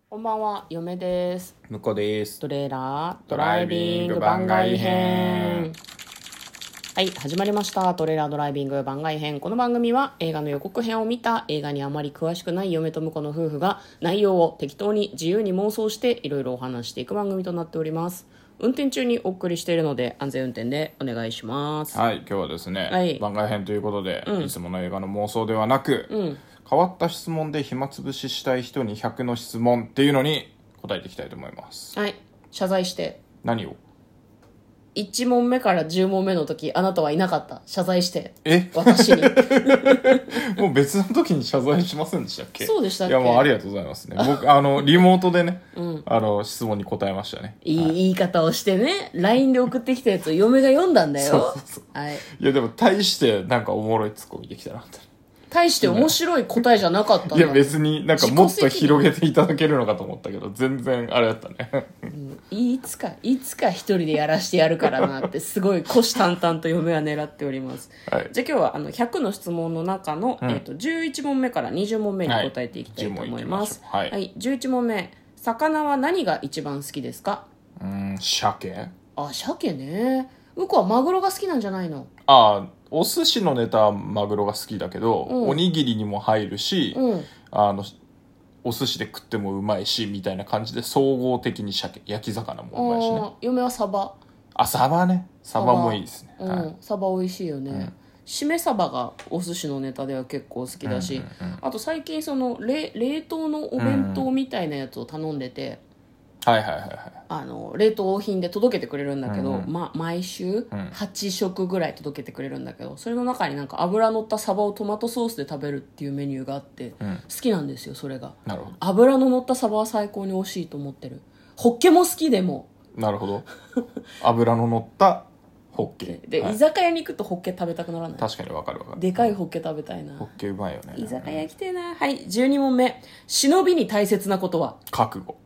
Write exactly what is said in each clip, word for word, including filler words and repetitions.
こんばんは、嫁です。 向こうです。 トレーラードライビング番外編。はい、始まりました。トレーラードライビング番外編。この番組は映画の予告編を見た映画にあまり詳しくない嫁と婿の夫婦が内容を適当に自由に妄想していろいろお話していく番組となっております。運転中にお送りしているので安全運転でお願いします。 はい、今日はですね、 はい、 番外編ということで、 うん、 いつもの映画の妄想ではなく、うん、変わった質問で暇つぶししたい人にひゃくの質問っていうのに答えていきたいと思います。 はい、謝罪して。 何を？ いち問目からじゅう問目の時あなたはいなかった。謝罪して。 え私にもう別の時に謝罪しませんでしたっけ？ そうでしたっけ？ いや、もうありがとうございますね。僕あのリモートでね、うん、あの質問に答えましたね。 いい、はい、言い方をしてね、 ライン で送ってきたやつを嫁が読んだんだよ。 そうそうそう、 はい、 いやでも大してなんかおもろいツッコミできたなって。 大して面白い答えじゃなかったんだ。 いや別になんかもっと広げていただけるのかと思ったけど全然あれだったね、 うん、いつかいつか一人でやらしてやるからなってすごい虎視眈々と嫁は狙っております、はい、じゃあ今日はあのひゃくの質問の中の、うんえー、とじゅういち問目からにじゅう問目に答えていきたいと思います、はい、はい、じゅういち問目、魚は何が一番好きですか？ うーん鮭。 あ、鮭ね。うこはマグロが好きなんじゃないの？ ああ、お寿司のネタはマグロが好きだけど、うん、おにぎりにも入るし、うん、あのお寿司で食ってもうまいしみたいな感じで総合的に鮭、焼き魚もうまいしね。 嫁はサバ。 あ、サバね。サバもいいですね。 うん、はい、サバ美味しいよね、うん、しめサバがお寿司のネタでは結構好きだし、うんうんうん、あと最近その 冷, 冷凍のお弁当みたいなやつを頼んでて、うん、はいはいはいはい、あの冷凍品で届けてくれるんだけど、うんうんま、毎週はち食ぐらい届けてくれるんだけど、それの中になんか油乗ったサバをトマトソースで食べるっていうメニューがあって、うん、好きなんですよそれが。なるほど。油の乗ったサバは最高に美味しいと思ってる。ホッケも好きでも。 なるほど。油の乗ったホッケで、はい、居酒屋に行くとホッケ食べたくならない？ 確かにわかるわかる。 でかいホッケ食べたいな。 ホッケうまいよね。 居酒屋来てえな。はい、じゅうに問目、忍びに大切なことは？ 覚悟。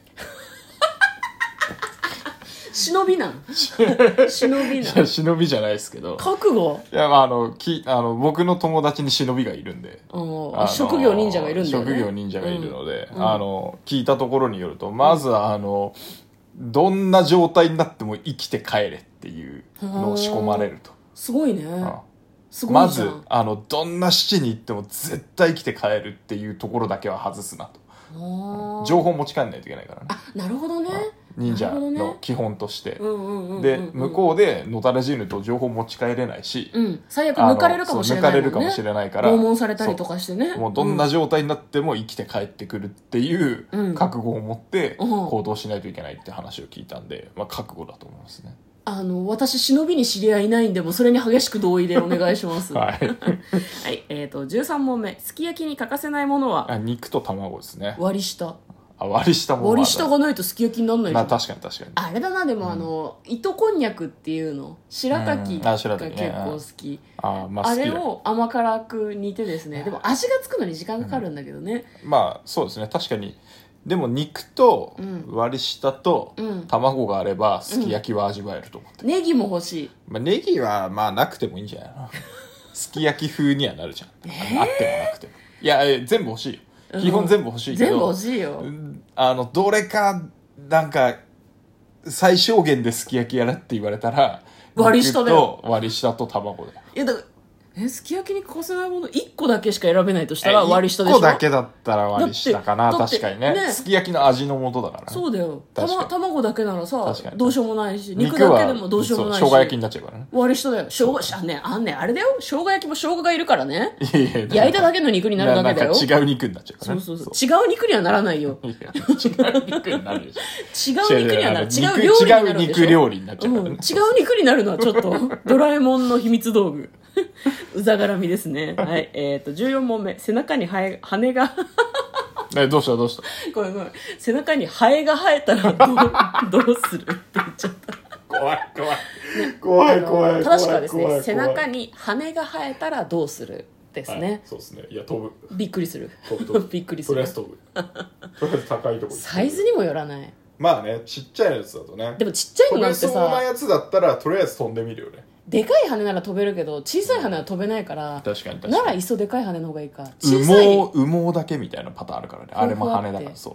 忍びなん忍びなんいや忍びじゃないですけど、 覚悟。 いや、まあ、あのきあの僕の友達に忍びがいるんで、 あ職業忍者がいるんだよね。 職業忍者がいるので、うん、あの聞いたところによると、まずはあのどんな状態になっても生きて帰れっていうのを仕込まれると。 すごいね、うん、すごい。 まずあのどんな七に行っても絶対生きて帰るっていうところだけは外すなと、うん、情報持ち帰んないといけないからね。 あ、なるほどね、 忍者の基本として、で向こうで野たれ死ぬと情報持ち帰れないし、うん、 最悪抜かれるかもしれないもんね。 抜かれるかもしれないから拷問されたりとかしてね、 もうどんな状態になっても生きて帰ってくるっていう覚悟を持って行動しないといけないって話を聞いたんで、まあ、覚悟だと思いますね。 あの私忍びに知り合いいないんで、もそれに激しく同意でお願いしますはい、はい、えーとじゅうさん問目、すき焼きに欠かせないものは？ あ、肉と卵ですね。 割り下。 あ、割り下も割り下がないとすき焼きにならないじゃん。 まあ確かに確かに。 あれだな、でも、うん、あの糸こんにゃくっていうの、白滝が結構好き、うん、あ、まあ、あれを甘辛く煮てですね、でも味がつくのに時間かかるんだけどね、 うん、まあそうですね、確かに。でも肉と割り下と卵があればすき焼きは味わえると思って、 うん、ネギも欲しい。 まあ、ネギはまあなくてもいいんじゃないのすき焼き風にはなるじゃん、えー、あってもなくても。いや全部欲しいよ、基本全部欲しいけど、 全部欲しいよ。 あのどれかなんか最小限ですき焼きやれって言われたら割り下だよ。 割り下と卵だよ。 いやだからえすき焼きに欠かせないものいっこだけしか選べないとしたら割り下でしょ。 いっこだけだったら割り下かな。確かに ね, ねすき焼きの味の素だからね。 そうだよ。た、ま、卵だけならさどうしようもないし、肉だけでもどうしようもないし、 生姜焼きになっちゃうからね。割り下だよ。生姜あねあんねあれだよ、生姜焼きも生姜がいるからね。いやいや焼いただけの肉になるだけだよ。 違う肉になっちゃうからね。 そうそうそう、違う肉にはならないよ。いや違う肉になるでしょ。違う肉にはなる。違う料理になるでしょ。違う肉料理になっちゃうからね、うん、違う肉になるのはちょっとドラえもんの秘密道具うざがらみですね。はい、えっとじゅうよん問目、背中に羽羽がえどうしたどうした。 ごめんごめん、背中にハエが生えたらどうどうするって言っちゃった怖い怖い、ね、怖い怖い。 正しくはですね、背中に羽が生えたらどうするですね、はい、 そうですね。いや飛ぶ。びっくりする。 飛ぶびっくりする。 とりあえず飛ぶ。とりあえず高いところ。 サイズにもよらない。 まあね、ちっちゃいやつだとね。 でもちっちゃいのなんてさ、飛べそうなやつだったらとりあえず飛んでみるよね。 でかい羽なら飛べるけど小さい羽は飛べないから、 確かに確かに。 ならいっそでかい羽の方がいいか。 小さい羽毛羽毛だけみたいなパターンあるからね。あれも羽だから。そう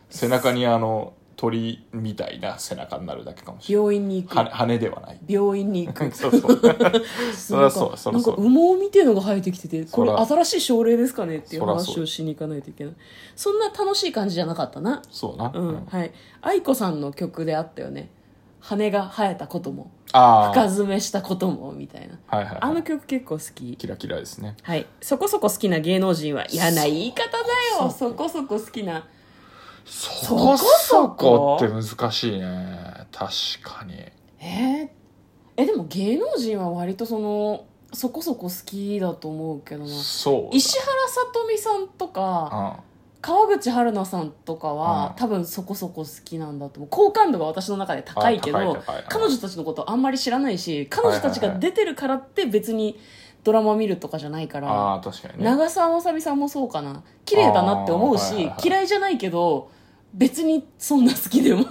背中にあの鳥みたいな背中になるだけかもしれない。 病院に行く。 は羽ではない。 病院に行く。 そうそう。そりゃそう、そりゃそう。 なんか羽毛みたいのが生えてきてて、これ新しい症例ですかねっていう話をしに行かないといけない。そんな楽しい感じじゃなかったな。 そうな。 うん。はい。愛子さんの曲であったよね。羽が生えたことも。 ああ。 深爪したことも、みたいな。 はいはい、はい。 あの曲結構好き。 キラキラですね。 はい。そこそこ好きな芸能人は嫌な言い方だよ。そこそこ好きな。 そこそこって難しいね。確かに。 えー、えでも芸能人は割とそのそこそこ好きだと思うけどな。 そう。 石原さとみさんとか、うん、川口春奈さんとかは、うん、多分そこそこ好きなんだと思う。好感度が私の中で高いけど、彼女たちのことあんまり知らないし、彼女たちが出てるからって別にドラマ見るとかじゃないから。 あ、確かにね、 長澤まさみさんもそうかな。綺麗だなって思うし、はいはいはい、嫌いじゃないけど別にそんな好きでもない。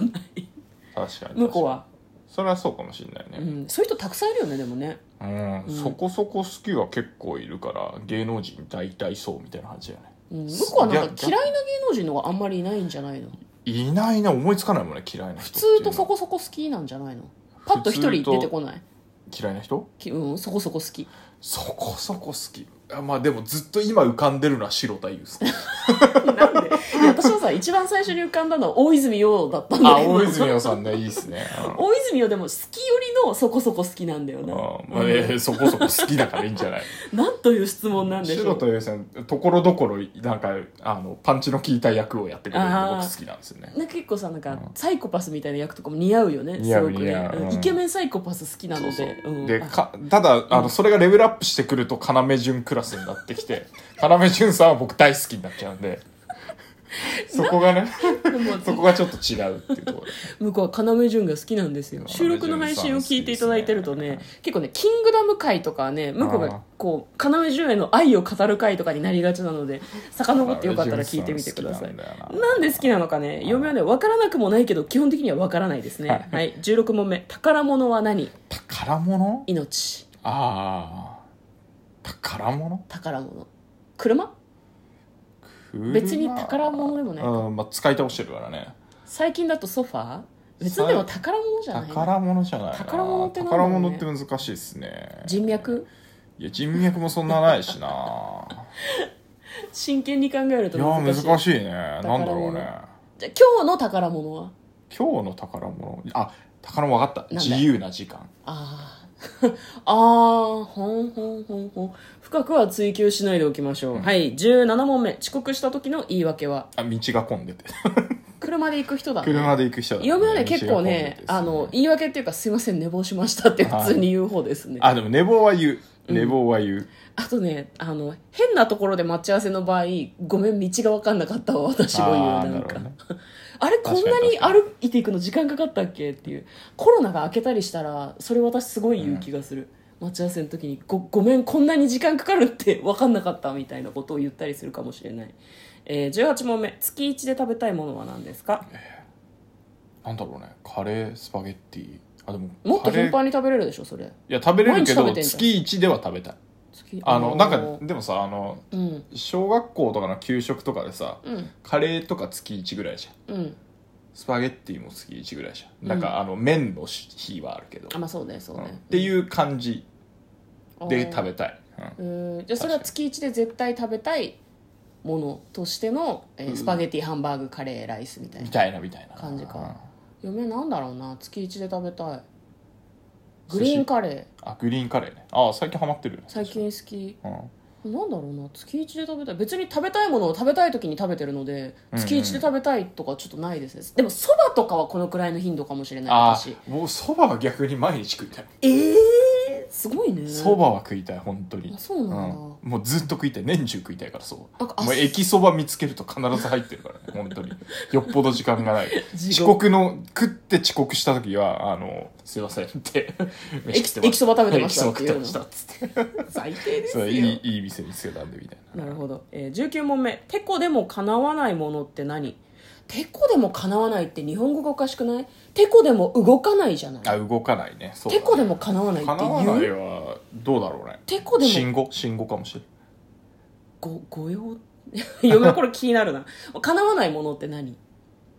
確かに向こうはそれはそうかもしれないね、 うん、そういう人たくさんいるよね。でもね、 うんうん、そこそこ好きは結構いるから芸能人大体そうみたいな感じだよね、 うん、向こうはなんか嫌いな芸能人のがあんまりいないんじゃないの。 いないな、思いつかないもんね、嫌いな人。 普通とそこそこ好きなんじゃないの。パッと一人出てこない。 嫌いな人、 うん、そこそこ好き。 そこそこ好き。あ、まあでもずっと今浮かんでるのは白田優介。 なんでいや私はさ一番最初に浮かんだのは大泉洋だったんだけど。あ、大泉洋さんね、いいっすね、 うん、大泉洋でも好きよりのそこそこ好きなんだよな。 あ、まあえー、そこそこ好きだからいいんじゃない。 なんという質問なんでしょう。 白田優さんところどころなんかあのパンチの効いた役をやってくれるの僕好きなんですよね。 なんか結構さなんか、うん、サイコパスみたいな役とかも似合うよね。 似合う、 すごくね、うん、イケメンサイコパス好きなので。そうそう、うん、 でかただあのそれがレベルアップしてくると要潤クラスになってきて要潤さんは僕大好きになっちゃうんでそこがねそこがちょっと違うっていうところで向こうは要潤が好きなんですよ。収録の配信を聞いていただいてるとね、結構ねキングダム回とかね向こうがこう要潤への愛を語る回とかになりがちなので遡ってよかったら聞いてみてください。なんで好きなのかね、嫁はね分からなくもないけど基本的には分からないですね。はい、はい、じゅうろくもんめ、宝物は何。 宝物、 命。 ああ、宝物、 宝物、車。別に宝物でもないか、 うん、まあ、使い倒してるからね。 最近だとソファー。別にでも宝物じゃない。 宝物じゃないな。 宝物ってなんだろうね。 宝物って難しいですね。 人脈。 いや人脈もそんなないしな。 真剣に考えると難しい。いや難しいね。なんだろうね。 じゃあ今日の宝物は。 今日の宝物、あ、宝物分かった。自由な時間。 ああああ、ほんほんほんほん。深くは追求しないでおきましょう、うん、はい。じゅうななもんめ、遅刻した時の言い訳は。 あ、道が混んでて車で行く人だね。 車で行く人だね。 嫁はね結構ね、あの言い訳っていうか、すいません寝坊しましたって普通に言う方ですね。 あ、でも寝坊は言う。寝坊は言う、うん、 あとね、あの変なところで待ち合わせの場合、ごめん道が分かんなかったわ私も言う。なんかあれこんなに歩いていくの時間かかったっけっていう。コロナが明けたりしたらそれ私すごい言う気がする、うん、待ち合わせの時に ご, ごめんこんなに時間かかるって分かんなかったみたいなことを言ったりするかもしれない、えー、じゅうはちもんめ、月いちで食べたいものは何ですか。 えー、なんだろうね、カレー、スパゲッティ。あ、でももっと頻繁に食べれるでしょそれ。いや食べれるけど月いちでは食べたい。あのなんかでもさ、あの、うん、小学校とかの給食とかでさ、うん、カレーとか月いちぐらいじゃん、うん、スパゲッティも月いちぐらいじゃん、うん、なんかあの麺の日はあるけど、 あ、まあそうねそうね、うん、 っていう感じで食べたい、 うん、じゃあそれは月いちで絶対食べたいものとしての、えー、スパゲッティ、ハンバーグ、カレー、ライスみたいなみたいなみたいな感じか。嫁なんだろうな、月いちで食べたいグリーンカレー。 あ、グリーンカレーね。あ、最近ハマってる。 最近好き、うん、なんだろうな、月いちで食べたい。別に食べたいものを食べたい時に食べてるので、月いちで食べたいとかちょっとないですね、うんうん、でもそばとかはこのくらいの頻度かもしれない。私もうそばは逆に毎日食いたい。 ええー、すごいね。 そばは食いたい本当に。 あ、そうなんだ、 うん、もうずっと食いたい、年中食いたいから。そうもう駅そば見つけると必ず入ってるからね本当に。よっぽど時間がない遅刻の食って遅刻した時はあのすいませんって駅そば食べてましたっていうの。 最低ですよ。いい、いい店見つけたんでみたいな。なるほど、えー、じゅうきゅうもんめ、てこでも叶わないものって何。てこでも叶わないって日本語がおかしくない。てこでも動かないじゃない。 あ、動かないね。そうだね。 てこでも叶わないって言う。 叶わないはどうだろうね。 てこでも信号信号かもしれない。 ご御用嫁これ気になるな。叶わないものって何。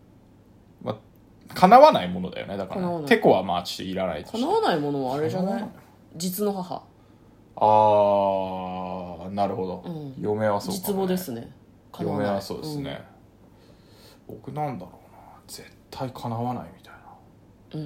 まあ、叶わないものだよね。だから、ね、てこはまあちょっといらないとして。 叶わないものはあれじゃない？実の母。 ああ、なるほど、うん、嫁はそうかも、ね、 実母ですね。 嫁はそうですね、うん、僕なんだろうな、絶対叶わないみたいな、うん、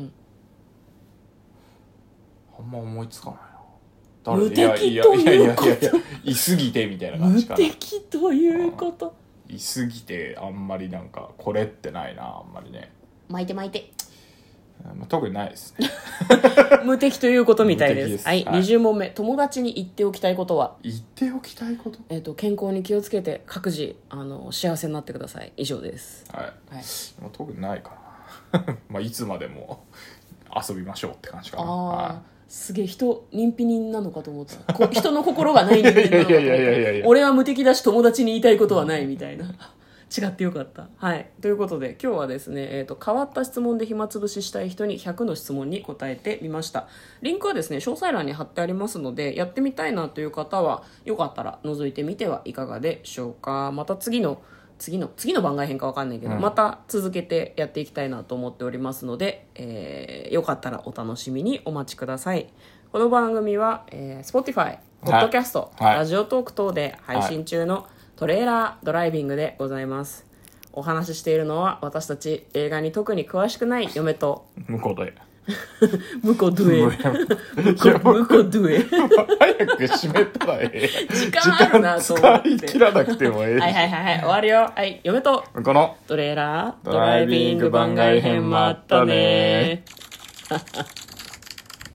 あんま思いつかないな。 無敵ということ。いやいやいやいや、 いすぎてみたいな感じかな。 無敵ということ。 いすぎてあんまりなんかこれってないな、あんまりね。 巻いて巻いて。 まあ、特にないですね。 無敵ということみたいです。 です、 はい、はい、にじゅう問目。友達に言っておきたいことは？ 言っておきたいこと、 えーと、健康に気をつけて各自あの幸せになってください。以上です。 はい、はい、まあ、特にないかな。まあいつまでも遊びましょうって感じかな。あ、 はい、すげえ人人否人なのかと思ったこ人の心がない人間なのかと思った俺は無敵だし友達に言いたいことはないみたいな。違ってよかった。はい。ということで今日はですね、えーと、変わった質問で暇つぶししたい人にひゃくの質問に答えてみました。リンクはですね、詳細欄に貼ってありますので、やってみたいなという方はよかったら覗いてみてはいかがでしょうか。また次の次の次の番外編か分かんないけど、うん、また続けてやっていきたいなと思っておりますので、えー、よかったらお楽しみにお待ちください。この番組は、えー、Spotify、Podcast、はい、ラジオトーク等で配信中の、はい、トレーラードライビングでございます。お話ししているのは私たち映画に特に詳しくない嫁と向こうで向こうドゥエ向こうドゥエ早く閉めたらええ。 時間あるなと思って使い切らなくてもええ。 はいはいはいはい、終わるよ。はい、嫁と向こうのトレーラードライビング番外編もあったね。